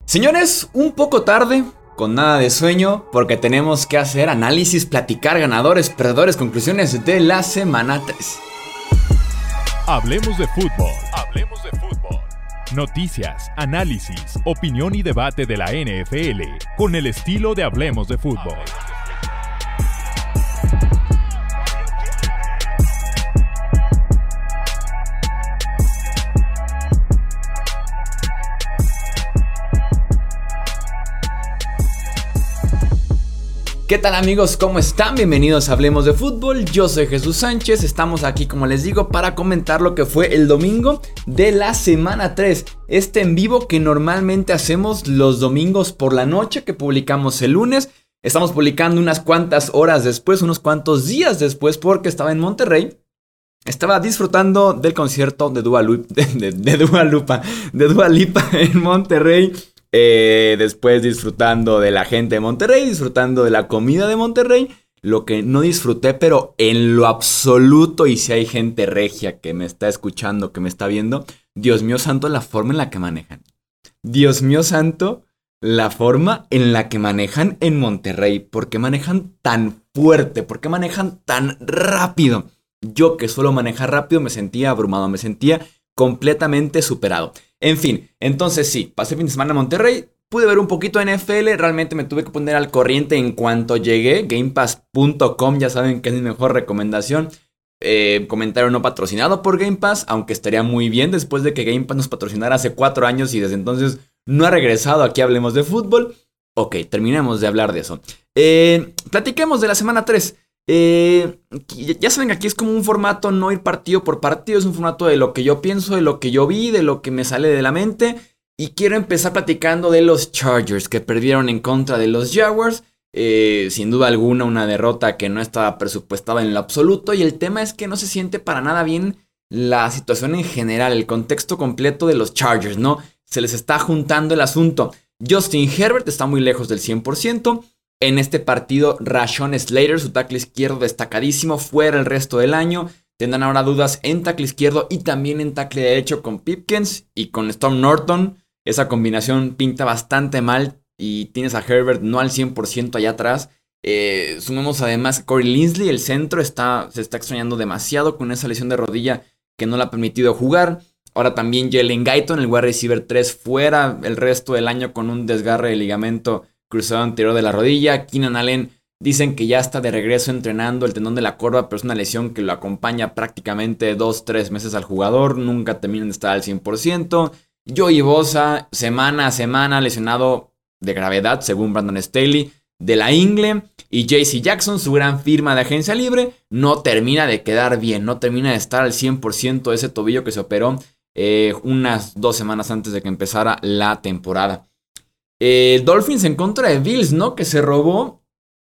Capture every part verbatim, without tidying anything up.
Señores, un poco tarde, con nada de sueño, porque tenemos que hacer análisis, platicar ganadores, perdedores, conclusiones de la semana tres. Hablemos de fútbol. Hablemos de fútbol. Noticias, análisis, opinión y debate de la N F L con el estilo de Hablemos de fútbol. ¿Qué tal amigos? ¿Cómo están? Bienvenidos a Hablemos de Fútbol. Yo soy Jesús Sánchez. Estamos aquí, como les digo, para comentar lo que fue el domingo de la semana tres. Este en vivo que normalmente hacemos los domingos por la noche, que publicamos el lunes. Estamos publicando unas cuantas horas después, unos cuantos días después, porque estaba en Monterrey. Estaba disfrutando del concierto de Dua Lipa, de, de, de Dua Lipa, de Dua Lipa en Monterrey. Eh, después disfrutando de la gente de Monterrey, disfrutando de la comida de Monterrey. Lo que no disfruté, pero en lo absoluto, y si hay gente regia que me está escuchando, que me está viendo, Dios mío santo, la forma en la que manejan. Dios mío santo, la forma en la que manejan en Monterrey. ¿Por qué manejan tan fuerte? ¿Por qué manejan tan rápido? Yo que suelo manejar rápido me sentía abrumado, me sentía completamente superado. En fin, entonces sí, pasé fin de semana en Monterrey, pude ver un poquito de N F L, realmente me tuve que poner al corriente en cuanto llegué. Game Pass punto com, ya saben que es mi mejor recomendación. Eh, comentario no patrocinado por Game Pass, aunque estaría muy bien después de que Game Pass nos patrocinara hace cuatro años y desde entonces no ha regresado. Aquí Hablemos de Fútbol. Ok, terminemos de hablar de eso. Eh, platiquemos de la semana tres. Eh, ya saben que aquí es como un formato no ir partido por partido, es un formato de lo que yo pienso, de lo que yo vi, de lo que me sale de la mente. Y quiero empezar platicando de los Chargers que perdieron en contra de los Jaguars. Eh, sin duda alguna una derrota que no estaba presupuestada en lo absoluto. Y el tema es que no se siente para nada bien la situación en general, el contexto completo de los Chargers, ¿no? Se les está juntando el asunto. Justin Herbert está muy lejos del cien por ciento. En este partido, Rashawn Slater, su tackle izquierdo destacadísimo, fuera el resto del año. Tendrán ahora dudas en tackle izquierdo y también en tackle derecho con Pipkins y con Storm Norton. Esa combinación pinta bastante mal y tienes a Herbert no al cien por ciento allá atrás. Eh, sumemos además Corey Linsley, el centro, está, se está extrañando demasiado con esa lesión de rodilla que no le ha permitido jugar. Ahora también Jalen Guyton, el wide receiver tres, fuera el resto del año con un desgarre de ligamento cruzado anterior de la rodilla. Keenan Allen dicen que ya está de regreso entrenando el tendón de la corva, pero es una lesión que lo acompaña prácticamente dos tres meses al jugador. Nunca terminan de estar al cien por ciento. Joey Bosa, semana a semana lesionado de gravedad, según Brandon Staley, de la ingle. Y J C Jackson, su gran firma de agencia libre, no termina de quedar bien, no termina de estar al cien por ciento de ese tobillo que se operó eh, unas dos semanas antes de que empezara la temporada. Eh, Dolphins en contra de Bills, ¿no? Que se robó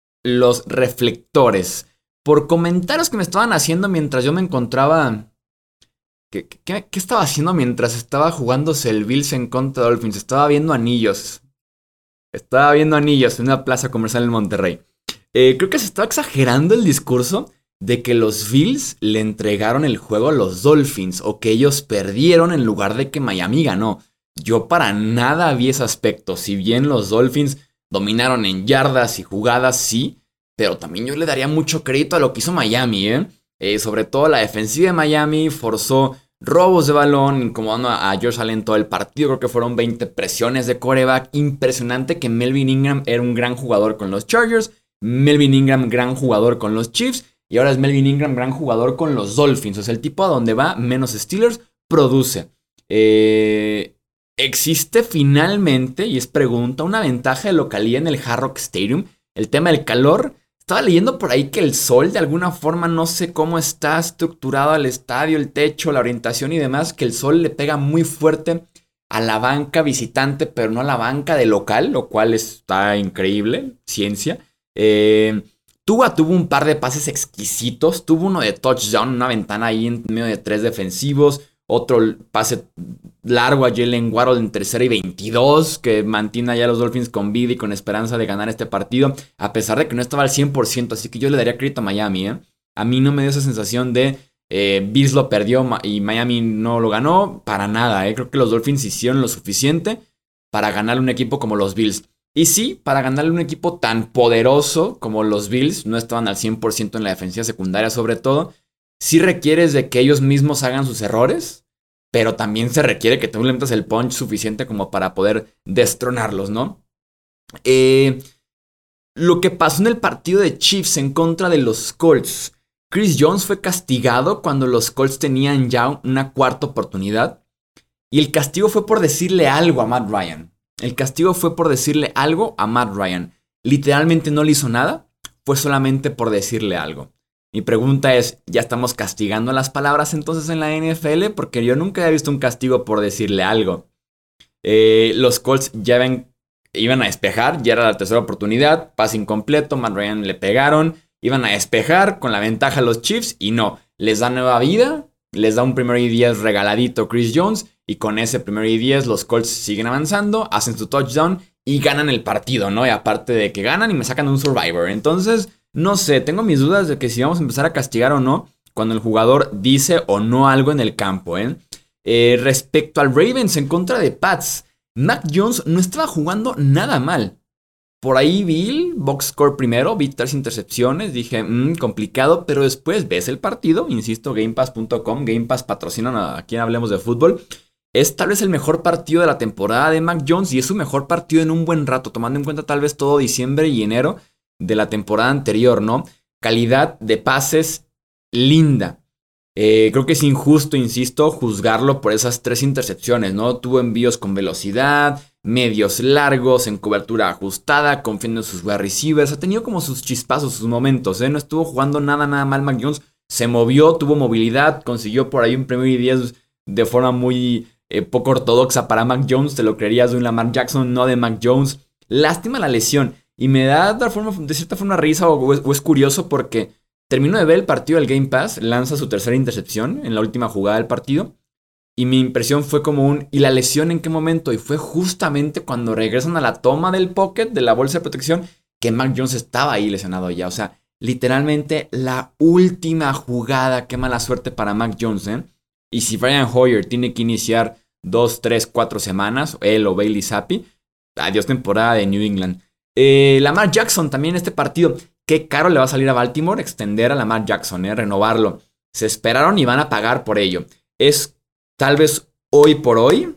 los reflectores por comentarios que me estaban haciendo mientras yo me encontraba. ¿Qué, qué, qué estaba haciendo mientras estaba jugándose el Bills en contra de Dolphins? Estaba viendo anillos. Estaba viendo anillos en una plaza comercial en Monterrey. Eh, creo que se estaba exagerando el discurso de que los Bills le entregaron el juego a los Dolphins o que ellos perdieron en lugar de que Miami ganó. Yo para nada vi ese aspecto. Si bien los Dolphins dominaron en yardas y jugadas, sí, pero también yo le daría mucho crédito a lo que hizo Miami, ¿eh? Eh, sobre todo la defensiva de Miami forzó robos de balón, incomodando a Josh Allen todo el partido. Creo que fueron veinte presiones de quarterback. Impresionante que Melvin Ingram era un gran jugador con los Chargers, Melvin Ingram gran jugador con los Chiefs, y ahora es Melvin Ingram gran jugador con los Dolphins. O sea, el tipo a donde va, menos Steelers, produce. Eh... ¿Existe finalmente, y es pregunta, una ventaja de localidad en el Hard Rock Stadium? El tema del calor. Estaba leyendo por ahí que el sol de alguna forma, no sé cómo está estructurado el estadio, el techo, la orientación y demás, que el sol le pega muy fuerte a la banca visitante, pero no a la banca de local, lo cual está increíble, ciencia. Eh, Tua tuvo un par de pases exquisitos, tuvo uno de touchdown, una ventana ahí en medio de tres defensivos. Otro pase largo a Jalen Waddle en tercera y veintidós, que mantiene allá a los Dolphins con vida y con esperanza de ganar este partido, a pesar de que no estaba al cien por ciento. Así que yo le daría crédito a Miami, ¿eh? A mí no me dio esa sensación de eh, Bills lo perdió y Miami no lo ganó, para nada, ¿eh? Creo que los Dolphins hicieron lo suficiente para ganarle un equipo como los Bills. Y sí, para ganarle un equipo tan poderoso como los Bills, no estaban al cien por ciento en la defensiva secundaria sobre todo, sí requieres de que ellos mismos hagan sus errores, pero también se requiere que tú le metas el punch suficiente como para poder destronarlos, ¿no? Eh, lo que pasó en el partido de Chiefs en contra de los Colts. Chris Jones fue castigado cuando los Colts tenían ya una cuarta oportunidad. Y el castigo fue por decirle algo a Matt Ryan. El castigo fue por decirle algo a Matt Ryan. Literalmente no le hizo nada. Fue solamente por decirle algo. Mi pregunta es, ¿ya estamos castigando las palabras entonces en la N F L? Porque yo nunca he visto un castigo por decirle algo. Eh, los Colts ya ven, iban a despejar. Ya era la tercera oportunidad. Pase incompleto. Matt Ryan le pegaron. Iban a despejar con la ventaja a los Chiefs. Y no. Les da nueva vida. Les da un primero y diez regaladito Chris Jones. Y con ese primero y diez los Colts siguen avanzando, hacen su touchdown y ganan el partido, ¿no? Y aparte de que ganan y me sacan un Survivor. Entonces, no sé, tengo mis dudas de que si vamos a empezar a castigar o no cuando el jugador dice o no algo en el campo, ¿eh? Eh, respecto al Ravens en contra de Pats, Mac Jones no estaba jugando nada mal. Por ahí vi el box score primero, vi tres intercepciones, dije, mmm, complicado, pero después ves el partido, insisto, Game Pass punto com, Game Pass patrocinan a quien hablemos de fútbol. Es tal vez el mejor partido de la temporada de Mac Jones y es su mejor partido en un buen rato, tomando en cuenta tal vez todo diciembre y enero de la temporada anterior, ¿no? Calidad de pases linda. Eh, creo que es injusto, insisto, juzgarlo por esas tres intercepciones, ¿no? Tuvo envíos con velocidad, medios largos, en cobertura ajustada, confiando en sus wide receivers. Ha tenido como sus chispazos, sus momentos, ¿eh? No estuvo jugando nada, nada mal Mac Jones. Se movió, tuvo movilidad, consiguió por ahí un primero y diez de forma muy eh, poco ortodoxa para Mac Jones. Te lo creerías de un Lamar Jackson, no de Mac Jones. Lástima la lesión. Y me da de, forma, de cierta forma risa o, o, es, o es curioso porque termino de ver el partido del Game Pass, lanza su tercera intercepción en la última jugada del partido. Y mi impresión fue como un, ¿y la lesión en qué momento? Y fue justamente cuando regresan a la toma del pocket, de la bolsa de protección, que Mac Jones estaba ahí lesionado ya. O sea, literalmente la última jugada. Qué mala suerte para Mac Jones, ¿eh? Y si Brian Hoyer tiene que iniciar dos, tres, cuatro semanas, él o Bailey Zappi, adiós temporada de New England. Eh, Lamar Jackson también en este partido. Qué caro le va a salir a Baltimore extender a Lamar Jackson, ¿eh? Renovarlo. Se esperaron y van a pagar por ello. Es tal vez hoy por hoy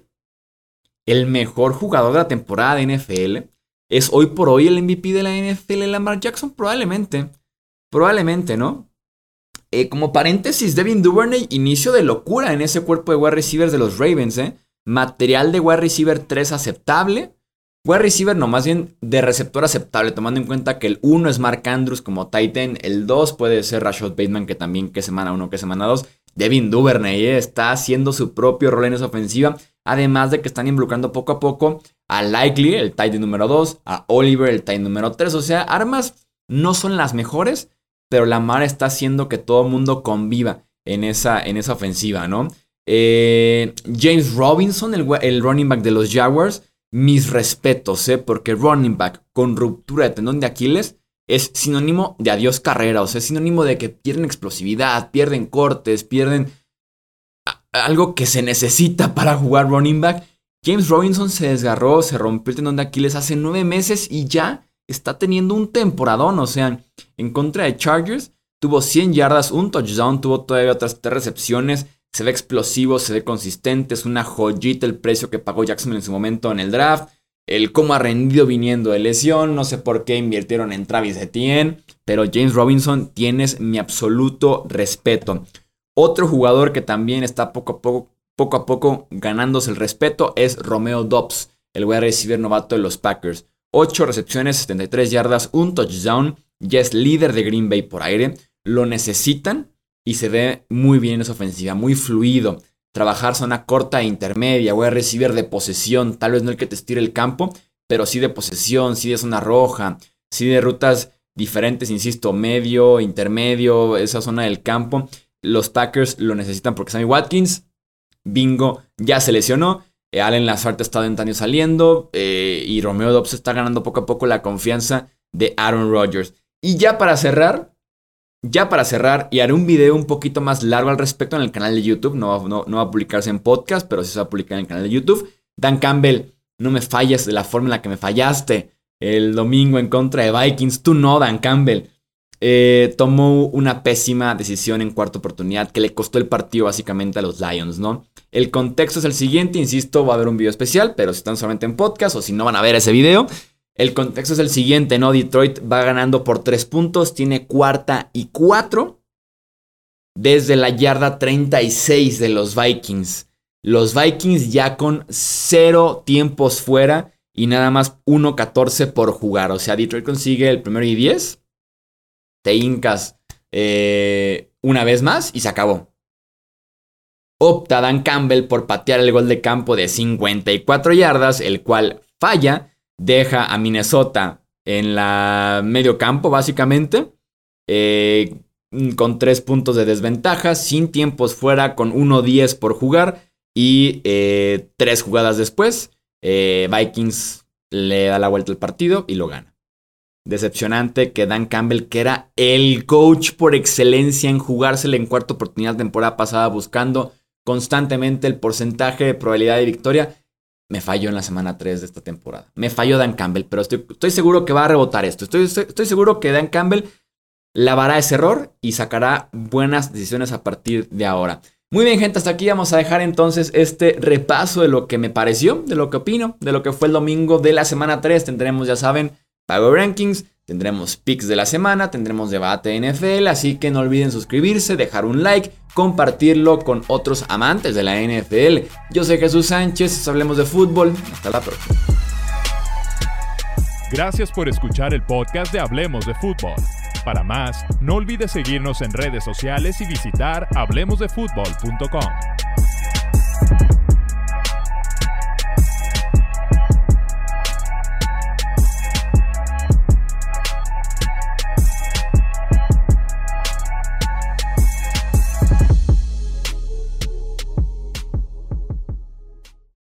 el mejor jugador de la temporada de N F L. Es hoy por hoy el M V P de la N F L Lamar Jackson. Probablemente. Probablemente, ¿no? Eh, como paréntesis, Devin Duvernay, inicio de locura en ese cuerpo de wide receivers de los Ravens, ¿eh? Material de wide receiver tres aceptable. Wide receiver no, más bien de receptor aceptable, tomando en cuenta que el uno es Mark Andrews como tight end, el dos puede ser Rashad Bateman, que también que semana uno, que semana dos. Devin Duvernay ¿eh? está haciendo su propio rol en esa ofensiva, además de que están involucrando poco a poco a Likely, el tight end número dos, a Oliver, el tight end número tres. O sea, armas no son las mejores, pero Lamar está haciendo que todo el mundo conviva en esa, en esa ofensiva, ¿no? Eh, James Robinson, el, el running back de los Jaguars, mis respetos, ¿eh? Porque running back con ruptura de tendón de Aquiles es sinónimo de adiós carrera. O sea, es sinónimo de que pierden explosividad, pierden cortes, pierden algo que se necesita para jugar running back. James Robinson se desgarró, se rompió el tendón de Aquiles hace nueve meses y ya está teniendo un temporadón. O sea, en contra de Chargers tuvo cien yardas, un touchdown, tuvo todavía otras tres recepciones. Se ve explosivo, se ve consistente, es una joyita el precio que pagó Jacksonville en su momento en el draft. El cómo ha rendido viniendo de lesión, no sé por qué invirtieron en Travis Etienne, pero James Robinson, tienes mi absoluto respeto. Otro jugador que también está poco a poco, poco a poco ganándose el respeto es Romeo Doubs, el wide receiver novato de los Packers. ocho recepciones, setenta y tres yardas, un touchdown, ya es líder de Green Bay por aire, lo necesitan. Y se ve muy bien en esa ofensiva, muy fluido. Trabajar zona corta e intermedia, wide receiver de posesión. Tal vez no el que te estire el campo, pero sí de posesión, sí de zona roja, sí de rutas diferentes, insisto, medio, intermedio, esa zona del campo. Los Packers lo necesitan porque Sammy Watkins, bingo, ya se lesionó. Eh, Allen Lazard está de antaño saliendo. Eh, y Romeo Doubs está ganando poco a poco la confianza de Aaron Rodgers. Y ya para cerrar... Ya para cerrar, y haré un video un poquito más largo al respecto en el canal de YouTube. No, no, no va a publicarse en podcast, pero sí se va a publicar en el canal de YouTube. Dan Campbell no me falles de la forma en la que me fallaste el domingo en contra de Vikings. Tú no, Dan Campbell. Eh, tomó una pésima decisión en cuarta oportunidad que le costó el partido básicamente a los Lions, ¿no? El contexto es el siguiente, insisto, va a haber un video especial, pero si están solamente en podcast o si no van a ver ese video. El contexto es el siguiente, ¿no? Detroit va ganando por tres puntos, tiene cuarta y cuatro desde la yarda treinta y seis de los Vikings. Los Vikings ya con cero tiempos fuera y nada más uno catorce por jugar. O sea, Detroit consigue el primero y diez. Te hincas eh, una vez más y se acabó. Opta Dan Campbell por patear el gol de campo de cincuenta y cuatro yardas, el cual falla. Deja a Minnesota en la medio campo, básicamente. Eh, con tres puntos de desventaja, sin tiempos fuera, con uno diez por jugar. Y eh, tres jugadas después, eh, Vikings le da la vuelta al partido y lo gana. Decepcionante que Dan Campbell, que era el coach por excelencia en jugársela en cuarta oportunidad de temporada pasada, buscando constantemente el porcentaje de probabilidad de victoria, me falló en la semana tres de esta temporada. Me falló Dan Campbell, pero estoy, estoy seguro que va a rebotar esto. Estoy, estoy, estoy seguro que Dan Campbell lavará ese error y sacará buenas decisiones a partir de ahora. Muy bien, gente, hasta aquí vamos a dejar entonces este repaso de lo que me pareció, de lo que opino, de lo que fue el domingo de la semana tres. Tendremos, ya saben, Power Rankings, tendremos picks de la semana, tendremos debate de N F L, así que no olviden suscribirse, dejar un like, compartirlo con otros amantes de la N F L. Yo soy Jesús Sánchez, hablemos de fútbol, hasta la próxima. Gracias por escuchar el podcast de Hablemos de Fútbol. Para más, no olvides seguirnos en redes sociales y visitar hablemos de fútbol punto com.